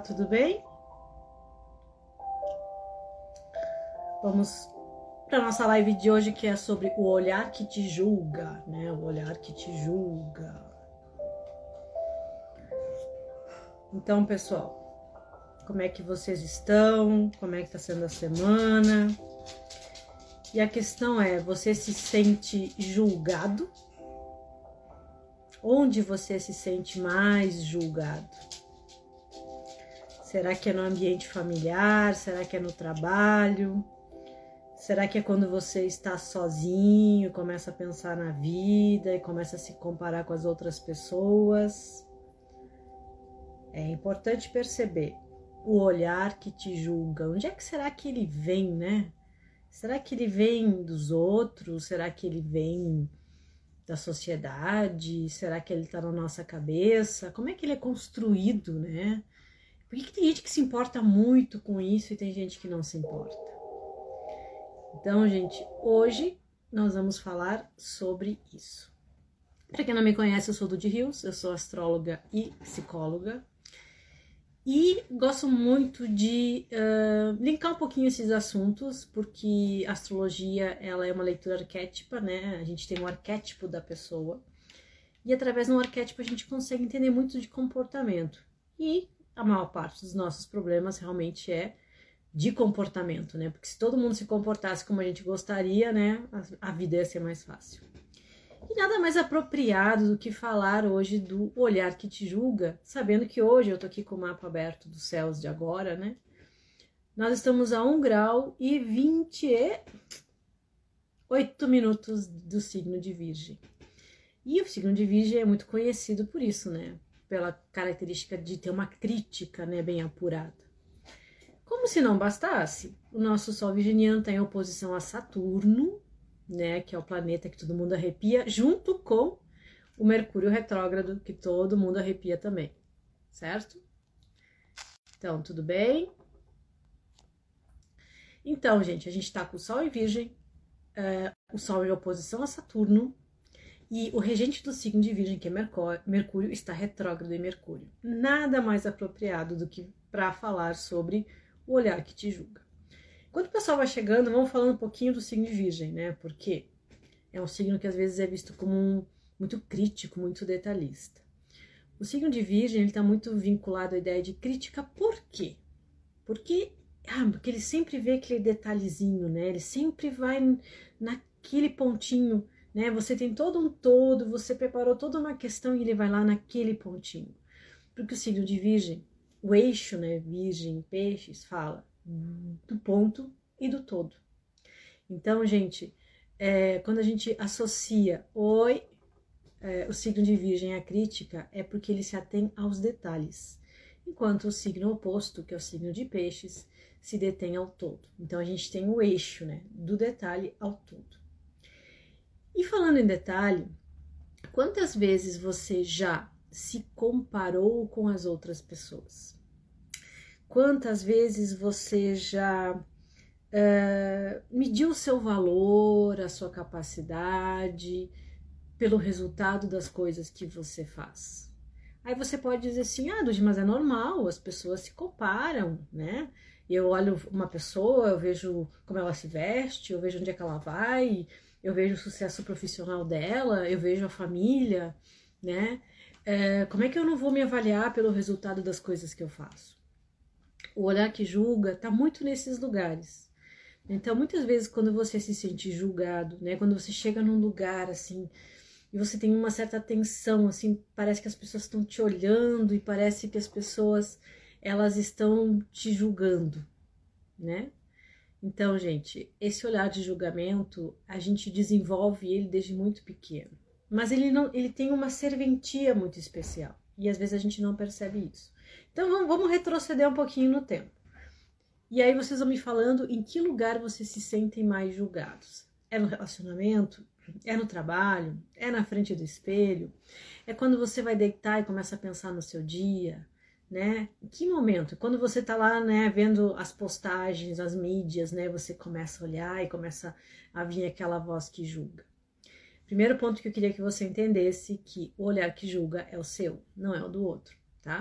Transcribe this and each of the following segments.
tudo bem? Vamos para nossa live de hoje, que é sobre o olhar que te julga, né? O olhar que te julga. Então, pessoal, como é que vocês estão? Como é que tá sendo a semana? E a questão é, você se sente julgado? Onde você se sente mais julgado? Será que é no ambiente familiar? Será que é no trabalho? Será que é quando você está sozinho, começa a pensar na vida e começa a se comparar com as outras pessoas? É importante perceber o olhar que te julga. Onde é que será que ele vem, né? Será que ele vem dos outros? Será que ele vem da sociedade? Será que ele está na nossa cabeça? Como é que ele é construído, né? Por que tem gente que se importa muito com isso e tem gente que não se importa? Então, gente, hoje nós vamos falar sobre isso. Para quem não me conhece, eu sou Dudy Rios, eu sou astróloga e psicóloga. E gosto muito de linkar um pouquinho esses assuntos, porque a astrologia ela é uma leitura arquétipa, né? A gente tem um arquétipo da pessoa. E através do arquétipo a gente consegue entender muito de comportamento. E a maior parte dos nossos problemas realmente é de comportamento, né? Porque se todo mundo se comportasse como a gente gostaria, né? A vida ia ser mais fácil. E nada mais apropriado do que falar hoje do olhar que te julga, sabendo que hoje eu tô aqui com o mapa aberto dos céus de agora, né? Nós estamos a 1 grau e 28 minutos do signo de Virgem. E o signo de Virgem é muito conhecido por isso, né? Pela característica de ter uma crítica, né, bem apurada. Como se não bastasse, o nosso Sol virginiano está em oposição a Saturno, né, que é o planeta que todo mundo arrepia, junto com o Mercúrio retrógrado, que todo mundo arrepia também, certo? Então, tudo bem? Então, gente, a gente está com o Sol em Virgem, o Sol em oposição a Saturno, e o regente do signo de Virgem, que é Mercúrio, está retrógrado em Mercúrio. Nada mais apropriado do que para falar sobre o olhar que te julga. Quando o pessoal vai chegando, vamos falando um pouquinho do signo de Virgem, né? Porque é um signo que às vezes é visto como muito crítico, muito detalhista. O signo de Virgem ele está muito vinculado à ideia de crítica. Por quê? Porque ele sempre vê aquele detalhezinho, né? Ele sempre vai naquele pontinho, né? Você tem todo um todo, você preparou toda uma questão e ele vai lá naquele pontinho. Porque o signo de Virgem, o eixo, né? Virgem, peixes, fala do ponto e do todo. Então, gente, quando a gente associa o signo de Virgem à crítica, é porque ele se atém aos detalhes, enquanto o signo oposto, que é o signo de Peixes, se detém ao todo. Então, a gente tem o eixo, né, do detalhe ao todo. E falando em detalhe, quantas vezes você já se comparou com as outras pessoas? Quantas vezes você já mediu o seu valor, a sua capacidade pelo resultado das coisas que você faz? Aí você pode dizer assim, Dudy, mas é normal, as pessoas se comparam, né? Eu olho uma pessoa, eu vejo como ela se veste, eu vejo onde é que ela vai, eu vejo o sucesso profissional dela, eu vejo a família, né? Como é que eu não vou me avaliar pelo resultado das coisas que eu faço? O olhar que julga está muito nesses lugares. Então, muitas vezes, quando você se sente julgado, né? Quando você chega num lugar, assim, e você tem uma certa tensão, assim, parece que as pessoas estão te olhando e parece que as pessoas, elas estão te julgando, né? Então, gente, esse olhar de julgamento, a gente desenvolve ele desde muito pequeno. Mas ele tem uma serventia muito especial. E às vezes a gente não percebe isso. Então, vamos retroceder um pouquinho no tempo. E aí vocês vão me falando em que lugar vocês se sentem mais julgados. É no relacionamento? É no trabalho? É na frente do espelho? É quando você vai deitar e começa a pensar no seu dia? Né? Em que momento? Quando você tá lá, né, vendo as postagens, as mídias, né, você começa a olhar e começa a vir aquela voz que julga. Primeiro ponto que eu queria que você entendesse que o olhar que julga é o seu, não é o do outro, tá?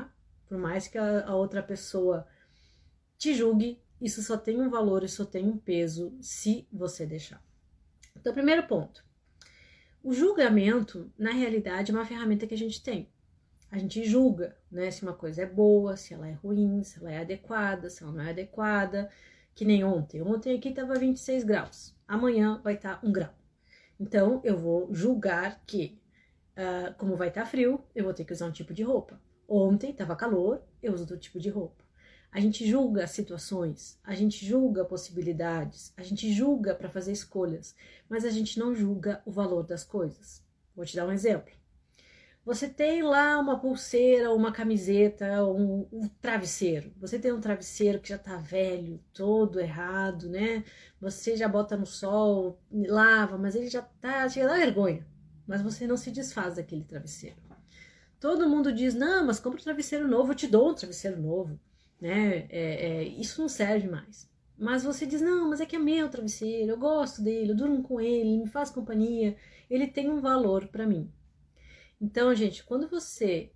Por mais que a outra pessoa te julgue, isso só tem um valor, isso só tem um peso se você deixar. Então, primeiro ponto. O julgamento, na realidade, é uma ferramenta que a gente tem. A gente julga, né, se uma coisa é boa, se ela é ruim, se ela é adequada, se ela não é adequada, que nem ontem. Ontem aqui estava 26 graus, amanhã vai estar 1 grau. Então, eu vou julgar que, como vai estar frio, eu vou ter que usar um tipo de roupa. Ontem estava calor, eu uso outro tipo de roupa. A gente julga situações, a gente julga possibilidades, a gente julga para fazer escolhas, mas a gente não julga o valor das coisas. Vou te dar um exemplo. Você tem lá uma pulseira, uma camiseta, um travesseiro. Você tem um travesseiro que já tá velho, todo errado, né? Você já bota no sol, lava, mas ele já tá, chega a dar vergonha. Mas você não se desfaz daquele travesseiro. Todo mundo diz, não, mas compra um travesseiro novo, eu te dou um travesseiro novo, né? Isso não serve mais. Mas você diz, não, mas é que é meu travesseiro, eu gosto dele, eu durmo com ele, ele me faz companhia, ele tem um valor para mim. Então, gente, quando você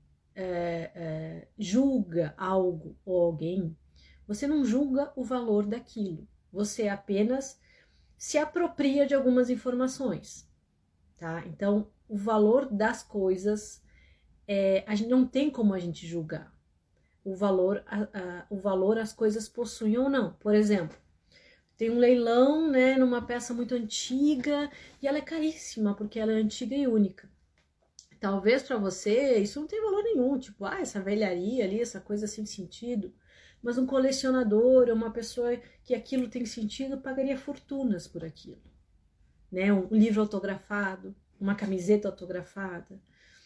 julga algo ou alguém, você não julga o valor daquilo. Você apenas se apropria de algumas informações, tá? Então, o valor das coisas, a gente não tem como a gente julgar. O valor as coisas possuem ou não. Por exemplo, tem um leilão, né, numa peça muito antiga e ela é caríssima porque ela é antiga e única. Talvez para você isso não tem valor nenhum, tipo, essa velharia ali, essa coisa sem sentido. Mas um colecionador, uma pessoa que aquilo tem sentido, pagaria fortunas por aquilo. Né? Um livro autografado, uma camiseta autografada,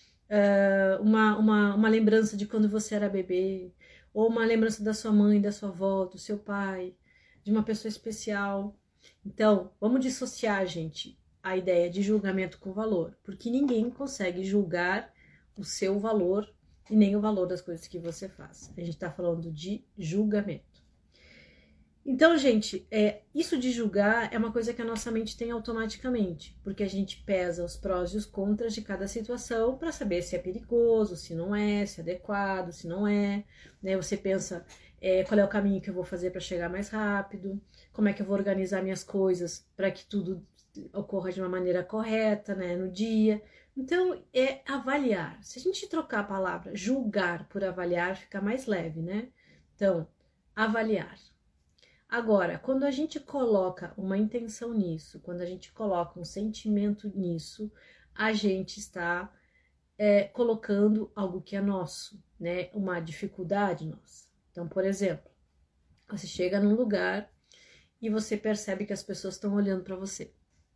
uma lembrança de quando você era bebê, ou uma lembrança da sua mãe, da sua avó, do seu pai, de uma pessoa especial. Então, vamos dissociar, gente, a ideia de julgamento com valor, porque ninguém consegue julgar o seu valor e nem o valor das coisas que você faz. A gente está falando de julgamento. Então, gente, isso de julgar é uma coisa que a nossa mente tem automaticamente, porque a gente pesa os prós e os contras de cada situação para saber se é perigoso, se não é, se é adequado, se não é, né? Você pensa qual é o caminho que eu vou fazer para chegar mais rápido, como é que eu vou organizar minhas coisas para que tudo ocorra de uma maneira correta, né, no dia. Então, é avaliar. Se a gente trocar a palavra julgar por avaliar, fica mais leve, né? Então, avaliar. Agora, quando a gente coloca uma intenção nisso, quando a gente coloca um sentimento nisso, a gente está colocando algo que é nosso, né? Uma dificuldade nossa. Então, por exemplo, você chega num lugar e você percebe que as pessoas estão olhando para você.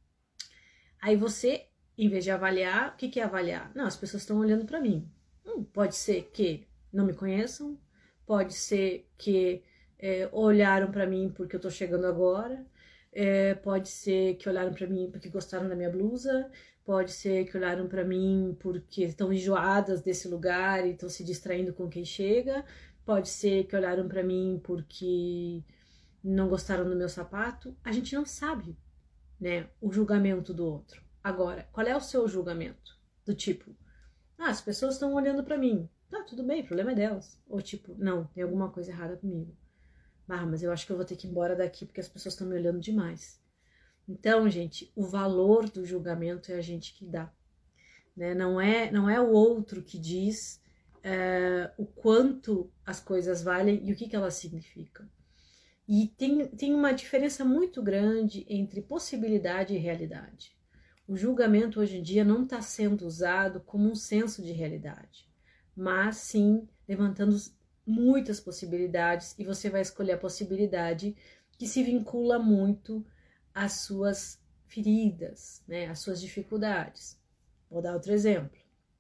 Aí você, em vez de avaliar, o que é avaliar? Não, as pessoas estão olhando para mim. Pode ser que não me conheçam, pode ser que olharam para mim porque eu tô chegando agora, pode ser que olharam para mim porque gostaram da minha blusa, pode ser que olharam para mim porque estão enjoadas desse lugar e estão se distraindo com quem chega, pode ser que olharam para mim porque não gostaram do meu sapato. A gente não sabe, né, o julgamento do outro. Agora, qual é o seu julgamento? Do tipo, as pessoas estão olhando para mim. Tá, tudo bem, o problema é delas. Ou tipo, não, tem alguma coisa errada comigo. Mas eu acho que eu vou ter que ir embora daqui porque as pessoas estão me olhando demais. Então, gente, o valor do julgamento é a gente que dá. Né? Não é o outro que diz o quanto as coisas valem e o que elas significam. E tem uma diferença muito grande entre possibilidade e realidade. O julgamento hoje em dia não está sendo usado como um senso de realidade, mas sim levantando muitas possibilidades, e você vai escolher a possibilidade que se vincula muito às suas feridas, né, às suas dificuldades. Vou dar outro exemplo.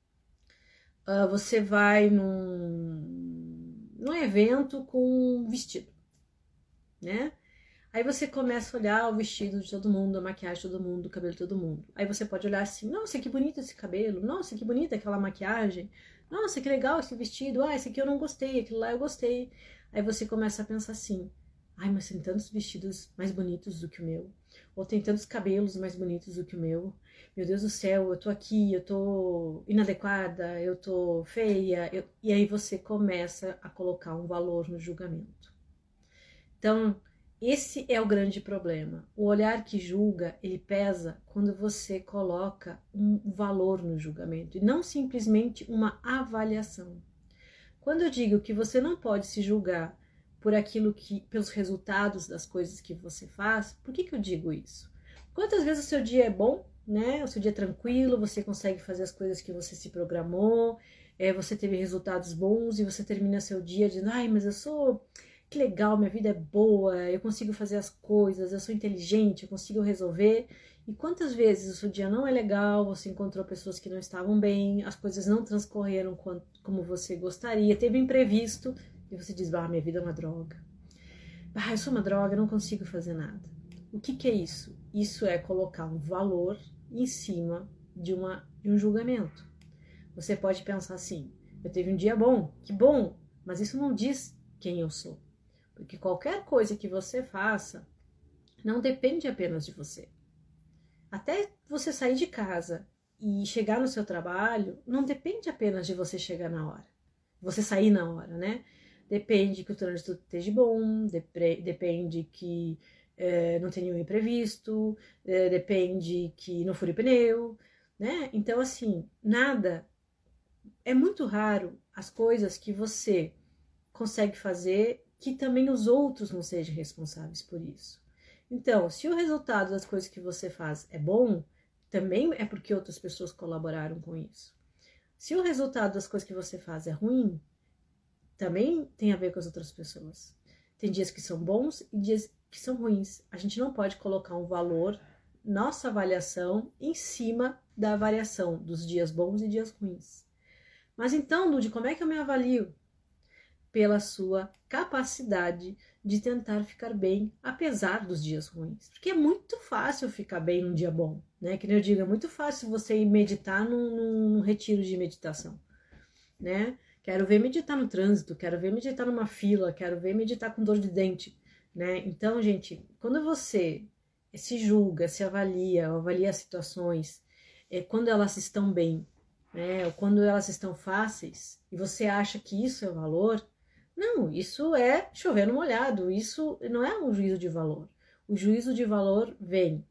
Você vai num evento com um vestido, né? Aí você começa a olhar o vestido de todo mundo, a maquiagem de todo mundo, o cabelo de todo mundo. Aí você pode olhar assim, nossa, que bonito esse cabelo, nossa, que bonita aquela maquiagem, nossa, que legal esse vestido, esse aqui eu não gostei, aquilo lá eu gostei. Aí você começa a pensar assim, Ai, mas tem tantos vestidos mais bonitos do que o meu. Ou tem tantos cabelos mais bonitos do que o meu. Meu Deus do céu, eu tô aqui, eu tô inadequada, eu tô feia. E aí você começa a colocar um valor no julgamento. Então, esse é o grande problema. O olhar que julga, ele pesa quando você coloca um valor no julgamento e não simplesmente uma avaliação. Quando eu digo que você não pode se julgar por aquilo que, pelos resultados das coisas que você faz, por que eu digo isso? Quantas vezes o seu dia é bom, né? O seu dia é tranquilo, você consegue fazer as coisas que você se programou, você teve resultados bons e você termina seu dia dizendo, ai, mas eu sou, que legal, minha vida é boa, eu consigo fazer as coisas, eu sou inteligente, eu consigo resolver. E quantas vezes o seu dia não é legal, você encontrou pessoas que não estavam bem, as coisas não transcorreram como você gostaria, teve imprevisto, e você diz, minha vida é uma droga. Eu sou uma droga, não consigo fazer nada. O que é isso? Isso é colocar um valor em cima de um julgamento. Você pode pensar assim, eu tive um dia bom, que bom, mas isso não diz quem eu sou. Porque qualquer coisa que você faça não depende apenas de você. Até você sair de casa e chegar no seu trabalho, não depende apenas de você chegar na hora. Você sair na hora, né? Depende que o trânsito esteja bom, depende que não tenha nenhum imprevisto, depende que não fure pneu, né? Então, assim, nada. É muito raro as coisas que você consegue fazer que também os outros não sejam responsáveis por isso. Então, se o resultado das coisas que você faz é bom, também é porque outras pessoas colaboraram com isso. Se o resultado das coisas que você faz é ruim, também tem a ver com as outras pessoas. Tem dias que são bons e dias que são ruins. A gente não pode colocar um valor, nossa avaliação, em cima da avaliação dos dias bons e dias ruins. Mas então, Ludi, como é que eu me avalio? Pela sua capacidade de tentar ficar bem, apesar dos dias ruins. Porque é muito fácil ficar bem num dia bom, né? Que nem eu digo, é muito fácil você ir meditar num retiro de meditação, né? Quero ver meditar no trânsito, quero ver meditar numa fila, quero ver meditar com dor de dente, né? Então, gente, quando você se julga, se avalia, avalia as situações, quando elas estão bem, né? Ou quando elas estão fáceis, e você acha que isso é valor, não, isso é chover no molhado, isso não é um juízo de valor. O juízo de valor vem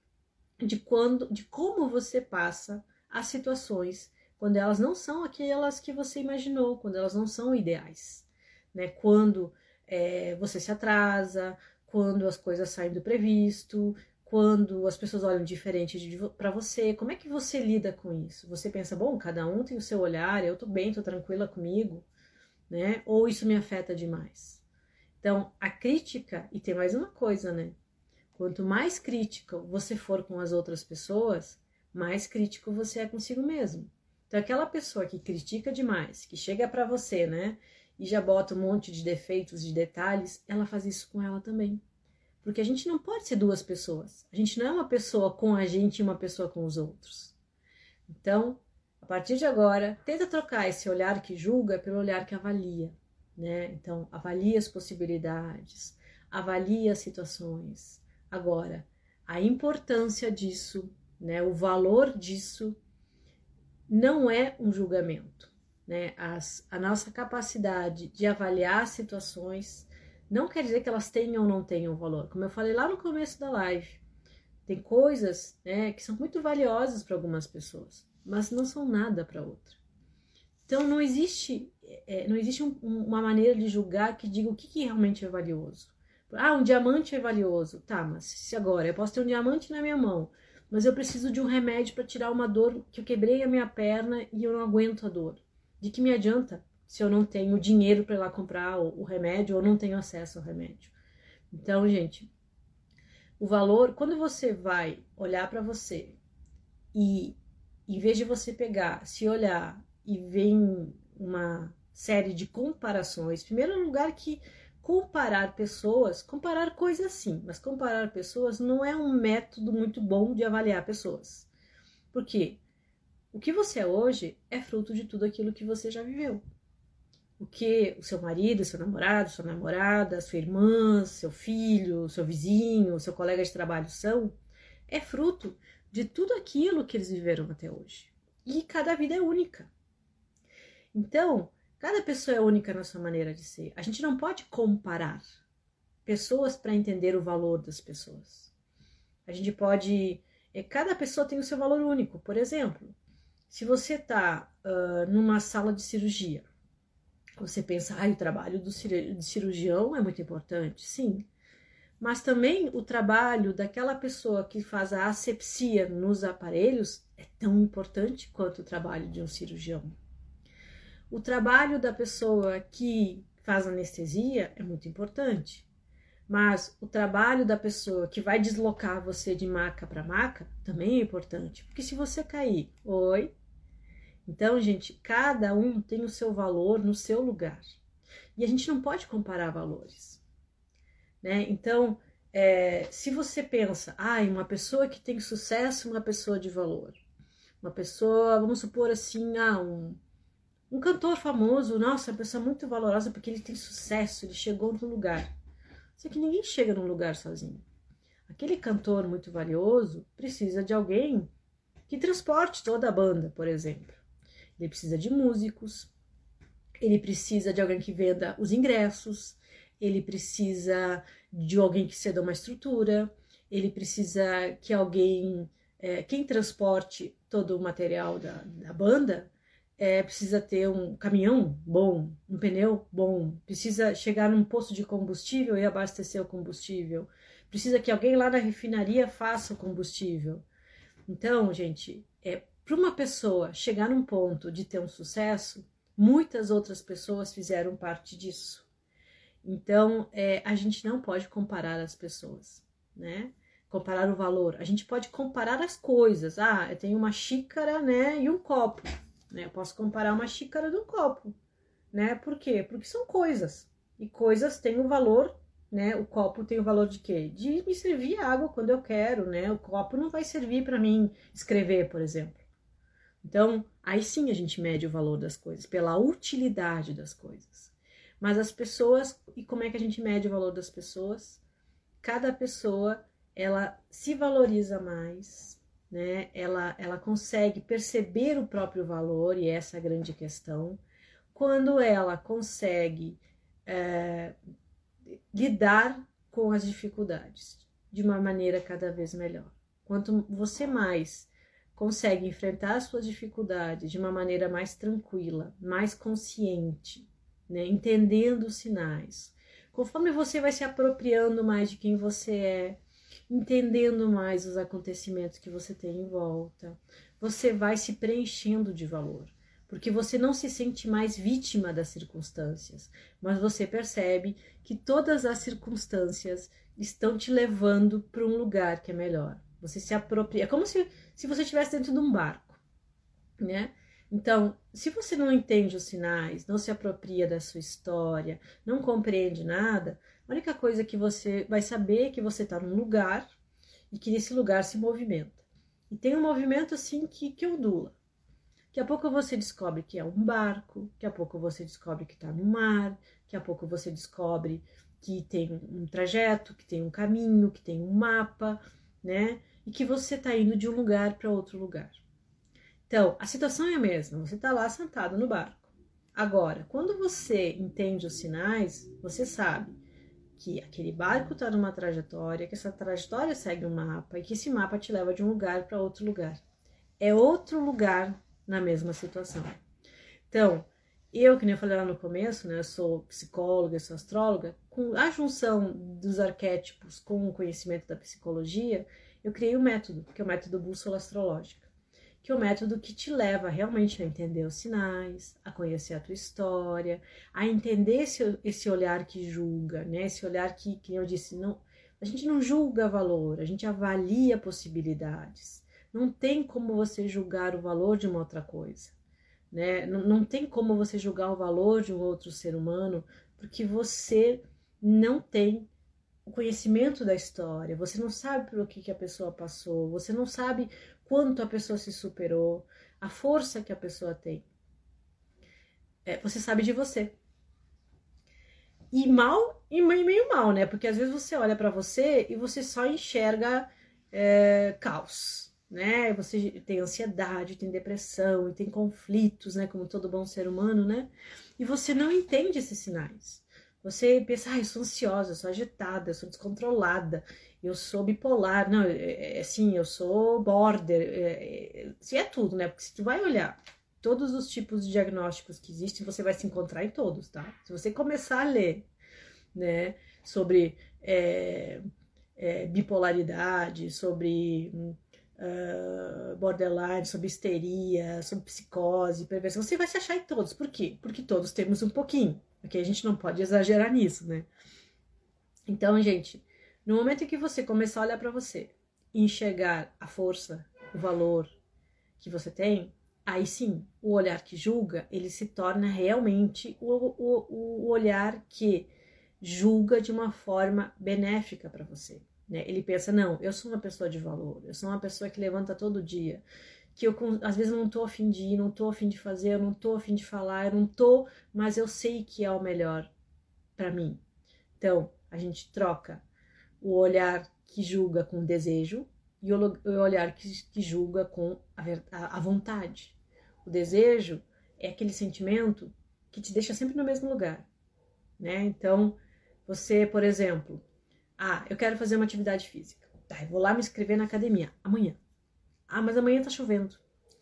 de como você passa as situações quando elas não são aquelas que você imaginou, quando elas não são ideais, né? Quando você se atrasa, quando as coisas saem do previsto, quando as pessoas olham diferente para você, como é que você lida com isso? Você pensa, bom, cada um tem o seu olhar, eu tô bem, tô tranquila comigo, né? Ou isso me afeta demais? Então, a crítica, e tem mais uma coisa, né? Quanto mais crítico você for com as outras pessoas, mais crítico você é consigo mesmo. Então, aquela pessoa que critica demais, que chega pra você, né? E já bota um monte de defeitos, de detalhes, ela faz isso com ela também. Porque a gente não pode ser duas pessoas. A gente não é uma pessoa com a gente e uma pessoa com os outros. Então, a partir de agora, tenta trocar esse olhar que julga pelo olhar que avalia, né? Então, avalie as possibilidades, avalie as situações. Agora, a importância disso, né? O valor disso não é um julgamento, né? A nossa capacidade de avaliar situações não quer dizer que elas tenham ou não tenham valor. Como eu falei lá no começo da live, tem coisas, né, que são muito valiosas para algumas pessoas, mas não são nada para outra. Então não existe uma maneira de julgar que diga o que realmente é valioso. Um diamante é valioso, tá? Mas se agora eu posso ter um diamante na minha mão, mas eu preciso de um remédio para tirar uma dor que eu quebrei a minha perna e eu não aguento a dor. De que me adianta se eu não tenho dinheiro para ir lá comprar o remédio ou não tenho acesso ao remédio? Então, gente, o valor, quando você vai olhar para você e em vez de você pegar, se olhar e ver uma série de comparações, primeiro lugar que comparar pessoas, comparar coisas sim, mas comparar pessoas não é um método muito bom de avaliar pessoas. Por quê? O que você é hoje é fruto de tudo aquilo que você já viveu. o que o seu marido, seu namorado, sua namorada, sua irmã, seu filho, seu vizinho, seu colega de trabalho são, é fruto de tudo aquilo que eles viveram até hoje. E cada vida é única. Então, cada pessoa é única na sua maneira de ser. A gente não pode comparar pessoas para entender o valor das pessoas. A gente pode... Cada pessoa tem o seu valor único. Por exemplo, se você está numa sala de cirurgia, você pensa, o trabalho de cirurgião é muito importante. Sim, mas também o trabalho daquela pessoa que faz a asepsia nos aparelhos é tão importante quanto o trabalho de um cirurgião. O trabalho da pessoa que faz anestesia é muito importante, mas o trabalho da pessoa que vai deslocar você de maca para maca também é importante, porque se você cair, Então, gente, cada um tem o seu valor no seu lugar. E a gente não pode comparar valores, né? Então, se você pensa, uma pessoa que tem sucesso, uma pessoa de valor. Uma pessoa, vamos supor assim, um cantor famoso, nossa, uma pessoa muito valorosa porque ele tem sucesso, ele chegou no lugar. Só que ninguém chega num lugar sozinho. Aquele cantor muito valioso precisa de alguém que transporte toda a banda, por exemplo. Ele precisa de músicos, ele precisa de alguém que venda os ingressos, ele precisa de alguém que ceda uma estrutura, ele precisa que alguém, quem transporte todo o material da banda, precisa ter um caminhão bom, um pneu bom, precisa chegar num posto de combustível e abastecer o combustível, precisa que alguém lá na refinaria faça o combustível. Então, gente, para uma pessoa chegar num ponto de ter um sucesso, muitas outras pessoas fizeram parte disso. Então, a gente não pode comparar as pessoas, né? Comparar o valor. A gente pode comparar as coisas. Eu tenho uma xícara, né, e um copo. Né? Eu posso comparar uma xícara de um copo, né? Por quê? Porque são coisas. E coisas têm o valor, né? O copo tem o valor de quê? De me servir água quando eu quero, né? O copo não vai servir para mim escrever, por exemplo. Então, aí sim a gente mede o valor das coisas, pela utilidade das coisas. Mas as pessoas, e como é que a gente mede o valor das pessoas? Cada pessoa, ela se valoriza mais, né? Ela consegue perceber o próprio valor, e essa é a grande questão, quando ela consegue lidar com as dificuldades de uma maneira cada vez melhor. Quanto você mais consegue enfrentar as suas dificuldades de uma maneira mais tranquila, mais consciente, né? Entendendo os sinais. Conforme você vai se apropriando mais de quem você é, entendendo mais os acontecimentos que você tem em volta, você vai se preenchendo de valor, porque você não se sente mais vítima das circunstâncias, mas você percebe que todas as circunstâncias estão te levando para um lugar que é melhor. Você se apropria, é como se você estivesse dentro de um barco, né? Então, se você não entende os sinais, não se apropria da sua história, não compreende nada, a única coisa que você vai saber é que você está num lugar e que nesse lugar se movimenta. E tem um movimento assim que ondula. Daqui a pouco você descobre que é um barco, daqui a pouco você descobre que está no mar, daqui a pouco você descobre que tem um trajeto, que tem um caminho, que tem um mapa, né? E que você está indo de um lugar para outro lugar. Então, a situação é a mesma, você está lá sentado no barco. Agora, quando você entende os sinais, você sabe que aquele barco está numa trajetória, que essa trajetória segue um mapa e que esse mapa te leva de um lugar para outro lugar. É outro lugar na mesma situação. Então, que nem eu falei lá no começo, né, eu sou psicóloga, eu sou astróloga, com a junção dos arquétipos com o conhecimento da psicologia, eu criei um método, que é o método bússola astrológica, que é o método que te leva realmente a entender os sinais, a conhecer a tua história, a entender esse olhar que julga, né, esse olhar que eu disse, não, a gente não julga valor, a gente avalia possibilidades. Não tem como você julgar o valor de uma outra coisa, né? Não tem como você julgar o valor de um outro ser humano, porque você não tem o conhecimento da história, você não sabe por que a pessoa passou, você não sabe quanto a pessoa se superou, a força que a pessoa tem. Você sabe de você. E mal e meio mal, né? Porque às vezes você olha pra você e você só enxerga caos, né? Você tem ansiedade, tem depressão e tem conflitos, né? Como todo bom ser humano, né? E você não entende esses sinais. Você pensa, eu sou ansiosa, eu sou agitada, eu sou descontrolada, eu sou bipolar, não, assim, eu sou border, se é tudo, né? Porque se tu vai olhar todos os tipos de diagnósticos que existem, você vai se encontrar em todos, tá? Se você começar a ler, né, sobre bipolaridade, sobre borderline, sobre histeria, sobre psicose, perversão, você vai se achar em todos. Por quê? Porque todos temos um pouquinho, porque a gente não pode exagerar nisso, né? Então, gente, no momento em que você começar a olhar para você e enxergar a força, o valor que você tem, aí sim, o olhar que julga, ele se torna realmente o olhar que julga de uma forma benéfica para você. Né? Ele pensa, não, eu sou uma pessoa de valor, eu sou uma pessoa que levanta todo dia, que eu às vezes não tô afim de ir, não tô afim de fazer, eu não tô afim de falar, eu não tô, mas eu sei que é o melhor para mim. Então, a gente troca o olhar que julga com desejo e o olhar que julga com a vontade. O desejo é aquele sentimento que te deixa sempre no mesmo lugar, né? Então, você, por exemplo, eu quero fazer uma atividade física. Tá, eu vou lá me inscrever na academia amanhã. Mas amanhã tá chovendo.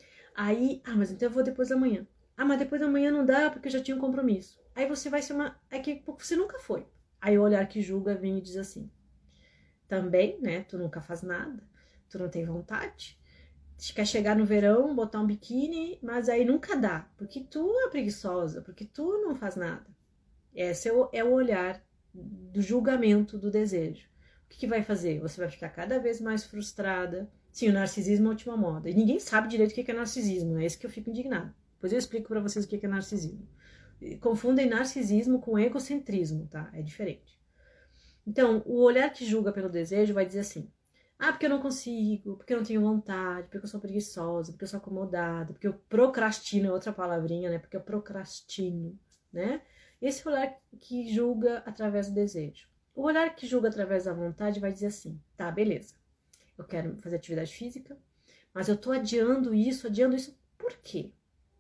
Aí, mas então eu vou depois da manhã. Mas depois da manhã não dá porque eu já tinha um compromisso. Aí você vai ser uma. É que você nunca foi. Aí o olhar que julga vem e diz assim: também, né? Tu nunca faz nada, tu não tem vontade. Tu quer chegar no verão, botar um biquíni, mas aí nunca dá, porque tu é preguiçosa, porque tu não faz nada. Esse é o olhar do julgamento do desejo. O que vai fazer? Você vai ficar cada vez mais frustrada. Sim, o narcisismo é a última moda. E ninguém sabe direito o que é narcisismo, é isso que eu fico indignada. Depois eu explico para vocês o que é narcisismo. Confundem narcisismo com egocentrismo, tá? É diferente. Então, o olhar que julga pelo desejo vai dizer assim: porque eu não consigo, porque eu não tenho vontade, porque eu sou preguiçosa, porque eu sou acomodada, porque eu procrastino, é outra palavrinha, né? Porque eu procrastino, né? Esse olhar que julga através do desejo. O olhar que julga através da vontade vai dizer assim: tá, beleza, eu quero fazer atividade física, mas eu tô adiando isso, por quê?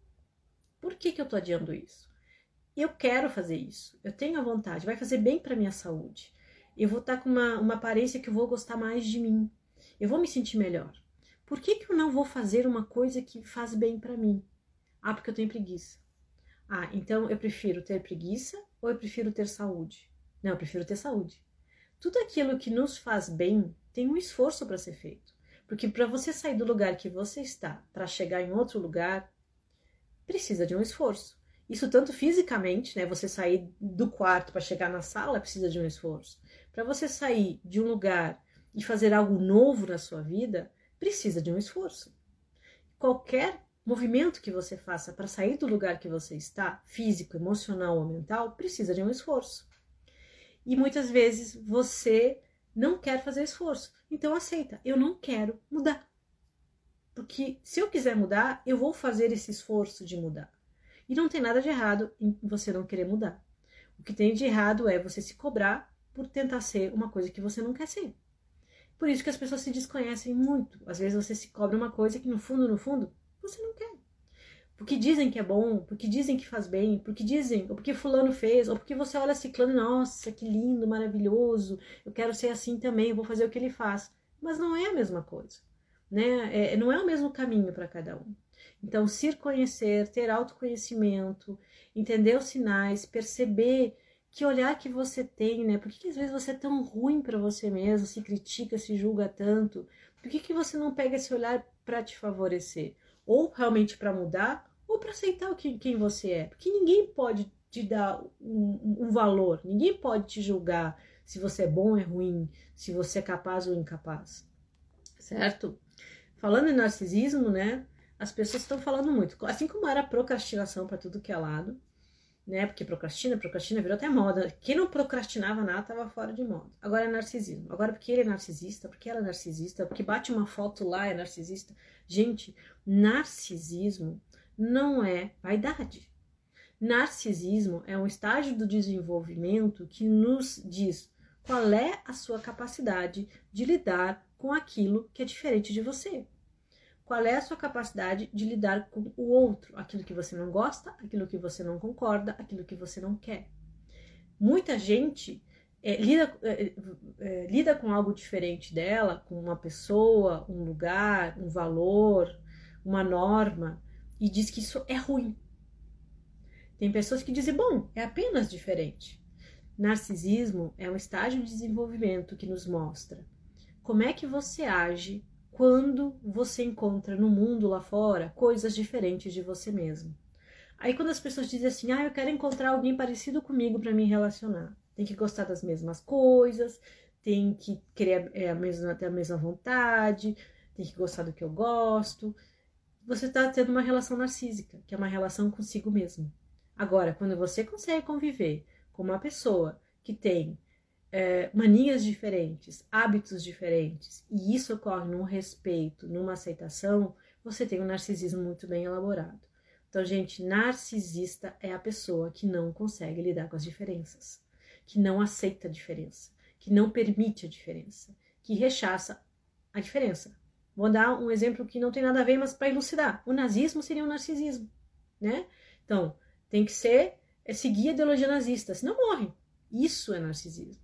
Por que eu tô adiando isso? Eu quero fazer isso, eu tenho a vontade, vai fazer bem para minha saúde. Eu vou estar com uma aparência que eu vou gostar mais de mim. Eu vou me sentir melhor. Por que eu não vou fazer uma coisa que faz bem para mim? Porque eu tenho preguiça. Então eu prefiro ter preguiça ou eu prefiro ter saúde? Não, eu prefiro ter saúde. Tudo aquilo que nos faz bem tem um esforço para ser feito. Porque para você sair do lugar que você está para chegar em outro lugar, precisa de um esforço. Isso tanto fisicamente, né? Você sair do quarto para chegar na sala precisa de um esforço. Para você sair de um lugar e fazer algo novo na sua vida, precisa de um esforço. Qualquer movimento que você faça para sair do lugar que você está, físico, emocional ou mental, precisa de um esforço. E muitas vezes você não quer fazer esforço. Então aceita, eu não quero mudar. Porque se eu quiser mudar, eu vou fazer esse esforço de mudar. E não tem nada de errado em você não querer mudar. O que tem de errado é você se cobrar por tentar ser uma coisa que você não quer ser. Por isso que as pessoas se desconhecem muito. Às vezes você se cobra uma coisa que no fundo, você não quer. Porque dizem que é bom, porque dizem que faz bem, porque dizem, ou porque fulano fez, ou porque você olha ciclano e, nossa, que lindo, maravilhoso, eu quero ser assim também, eu vou fazer o que ele faz. Mas não é a mesma coisa, né? Não é o mesmo caminho para cada um. Então, se conhecer, ter autoconhecimento, entender os sinais, perceber que olhar que você tem, né? Por que às vezes você é tão ruim para você mesmo, se critica, se julga tanto? Por que você não pega esse olhar para te favorecer? Ou realmente para mudar, ou para aceitar quem você é. Porque ninguém pode te dar um valor, ninguém pode te julgar se você é bom ou é ruim, se você é capaz ou incapaz. Certo? Falando em narcisismo, né? As pessoas estão falando muito. Assim como era procrastinação para tudo que é lado, né? Porque procrastina virou até moda. Quem não procrastinava nada estava fora de moda. Agora é narcisismo. Agora porque ele é narcisista, porque ela é narcisista, porque bate uma foto lá é narcisista. Gente, narcisismo não é vaidade. Narcisismo é um estágio do desenvolvimento que nos diz qual é a sua capacidade de lidar com aquilo que é diferente de você. Qual é a sua capacidade de lidar com o outro, aquilo que você não gosta, aquilo que você não concorda, aquilo que você não quer. Muita gente lida com algo diferente dela, com uma pessoa, um lugar, um valor, uma norma, e diz que isso é ruim. Tem pessoas que dizem, bom, é apenas diferente. Narcisismo é um estágio de desenvolvimento que nos mostra como é que você age quando você encontra no mundo lá fora coisas diferentes de você mesmo. Aí quando as pessoas dizem assim, eu quero encontrar alguém parecido comigo para me relacionar. Tem que gostar das mesmas coisas, tem que querer ter a mesma vontade, tem que gostar do que eu gosto. Você está tendo uma relação narcísica, que é uma relação consigo mesmo. Agora, quando você consegue conviver com uma pessoa que tem manias diferentes, hábitos diferentes, e isso ocorre num respeito, numa aceitação, você tem um narcisismo muito bem elaborado. Então, gente, narcisista é a pessoa que não consegue lidar com as diferenças, que não aceita a diferença, que não permite a diferença, que rechaça a diferença. Vou dar um exemplo que não tem nada a ver, mas para elucidar. O nazismo seria um narcisismo, né? Então, tem que seguir a ideologia nazista, senão morre. Isso é narcisismo.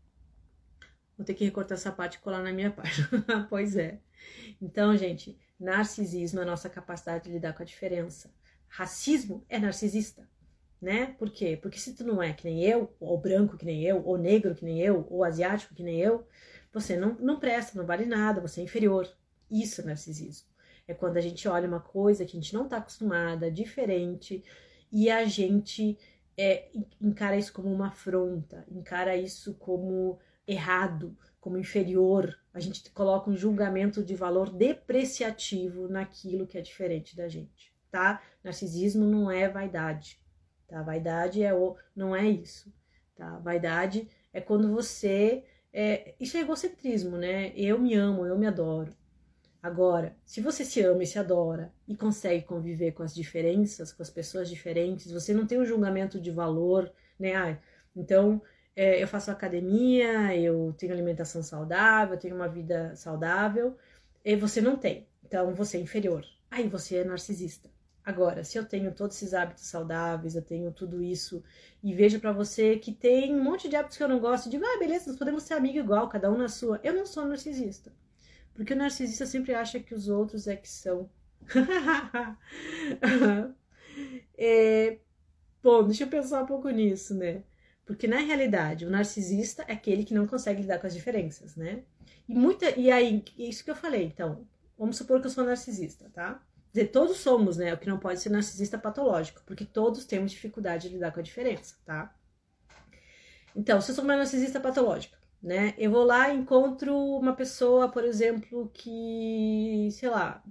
Vou ter que recortar essa parte e colar na minha parte. Pois é. Então, gente, narcisismo é a nossa capacidade de lidar com a diferença. Racismo é narcisista, né? Por quê? Porque se tu não é que nem eu, ou branco que nem eu, ou negro que nem eu, ou asiático que nem eu, você não presta, não vale nada, você é inferior. Isso é narcisismo. É quando a gente olha uma coisa que a gente não está acostumada, diferente, e a gente encara isso como uma afronta, encara isso como errado, como inferior. A gente coloca um julgamento de valor depreciativo naquilo que é diferente da gente, tá? Narcisismo não é vaidade, tá? Vaidade não é isso, tá? Vaidade é quando você... isso é egocentrismo, né? Eu me amo, eu me adoro. Agora, se você se ama e se adora e consegue conviver com as diferenças, com as pessoas diferentes, você não tem um julgamento de valor, né? Então, eu faço academia, eu tenho alimentação saudável, eu tenho uma vida saudável, e você não tem. Então, você é inferior. Aí você é narcisista. Agora, se eu tenho todos esses hábitos saudáveis, eu tenho tudo isso, e vejo pra você que tem um monte de hábitos que eu não gosto, e digo, beleza, nós podemos ser amigos igual, cada um na sua. Eu não sou narcisista. Porque o narcisista sempre acha que os outros é que são. Bom, deixa eu pensar um pouco nisso, né? Porque na realidade, o narcisista é aquele que não consegue lidar com as diferenças, né? E aí, isso que eu falei, então, vamos supor que eu sou narcisista, tá? Quer dizer, todos somos, né? O que não pode ser narcisista patológico, porque todos temos dificuldade de lidar com a diferença, tá? Então, se eu sou uma narcisista patológica, né? Eu vou lá e encontro uma pessoa, por exemplo, que, sei lá,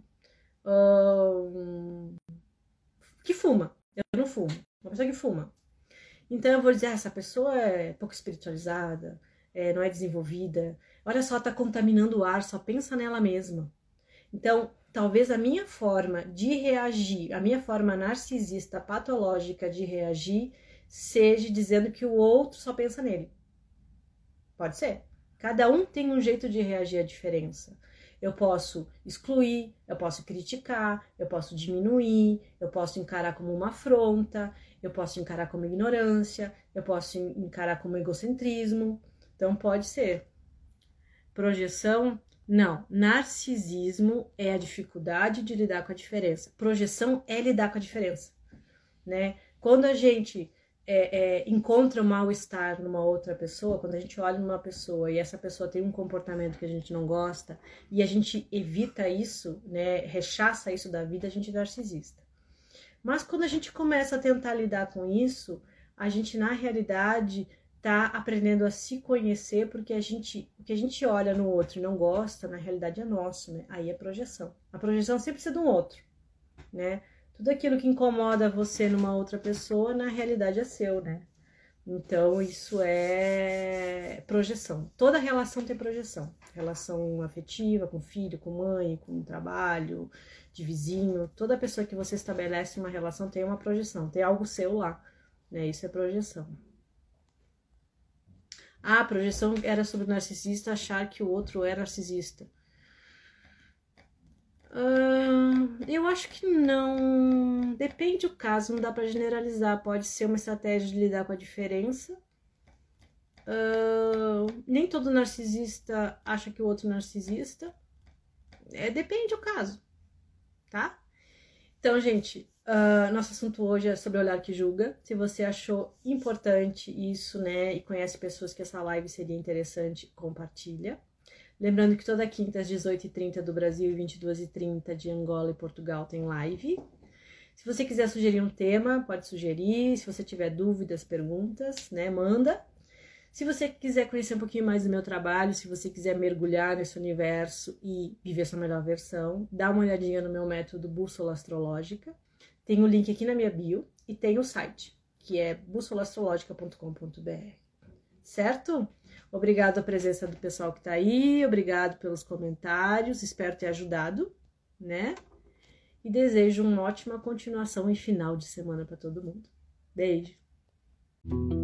que fuma. Eu não fumo. Uma pessoa que fuma. Então eu vou dizer, essa pessoa é pouco espiritualizada, não é desenvolvida. Olha só, tá contaminando o ar, só pensa nela mesma. Então, talvez a minha forma de reagir, a minha forma narcisista, patológica de reagir, seja dizendo que o outro só pensa nele. Pode ser. Cada um tem um jeito de reagir à diferença. Eu posso excluir, eu posso criticar, eu posso diminuir, eu posso encarar como uma afronta, eu posso encarar como ignorância, eu posso encarar como egocentrismo. Então pode ser. Projeção, não. Narcisismo é a dificuldade de lidar com a diferença. Projeção é lidar com a diferença, né? Quando a gente encontra um mal-estar numa outra pessoa, quando a gente olha numa pessoa e essa pessoa tem um comportamento que a gente não gosta e a gente evita isso, né, rechaça isso da vida, a gente é narcisista. Mas quando a gente começa a tentar lidar com isso, a gente na realidade tá aprendendo a se conhecer, porque o que a gente olha no outro e não gosta, na realidade é nosso, né? Aí é projeção. A projeção sempre precisa de um outro, né? Tudo aquilo que incomoda você numa outra pessoa, na realidade é seu, né? Então, isso é projeção. Toda relação tem projeção. Relação afetiva, com filho, com mãe, com trabalho, de vizinho. Toda pessoa que você estabelece uma relação tem uma projeção, tem algo seu lá, né? Isso é projeção. Ah, a projeção era sobre o narcisista achar que o outro é narcisista. Eu acho que não. Depende do caso, não dá para generalizar. Pode ser uma estratégia de lidar com a diferença. Nem todo narcisista acha que o outro é narcisista. Depende do caso, tá? Então, gente, nosso assunto hoje é sobre o olhar que julga. Se você achou importante isso, né, e conhece pessoas que essa live seria interessante, compartilha. Lembrando que toda quinta às 18h30 do Brasil e 22h30 de Angola e Portugal tem live. Se você quiser sugerir um tema, pode sugerir. Se você tiver dúvidas, perguntas, né, manda. Se você quiser conhecer um pouquinho mais do meu trabalho, se você quiser mergulhar nesse universo e viver sua melhor versão, dá uma olhadinha no meu método Bússola Astrológica. Tem o link aqui na minha bio e tem o site, que é bussolastrologica.com.br. Certo? Obrigado a presença do pessoal que tá aí, obrigado pelos comentários, espero ter ajudado, né? E desejo uma ótima continuação e final de semana para todo mundo. Beijo!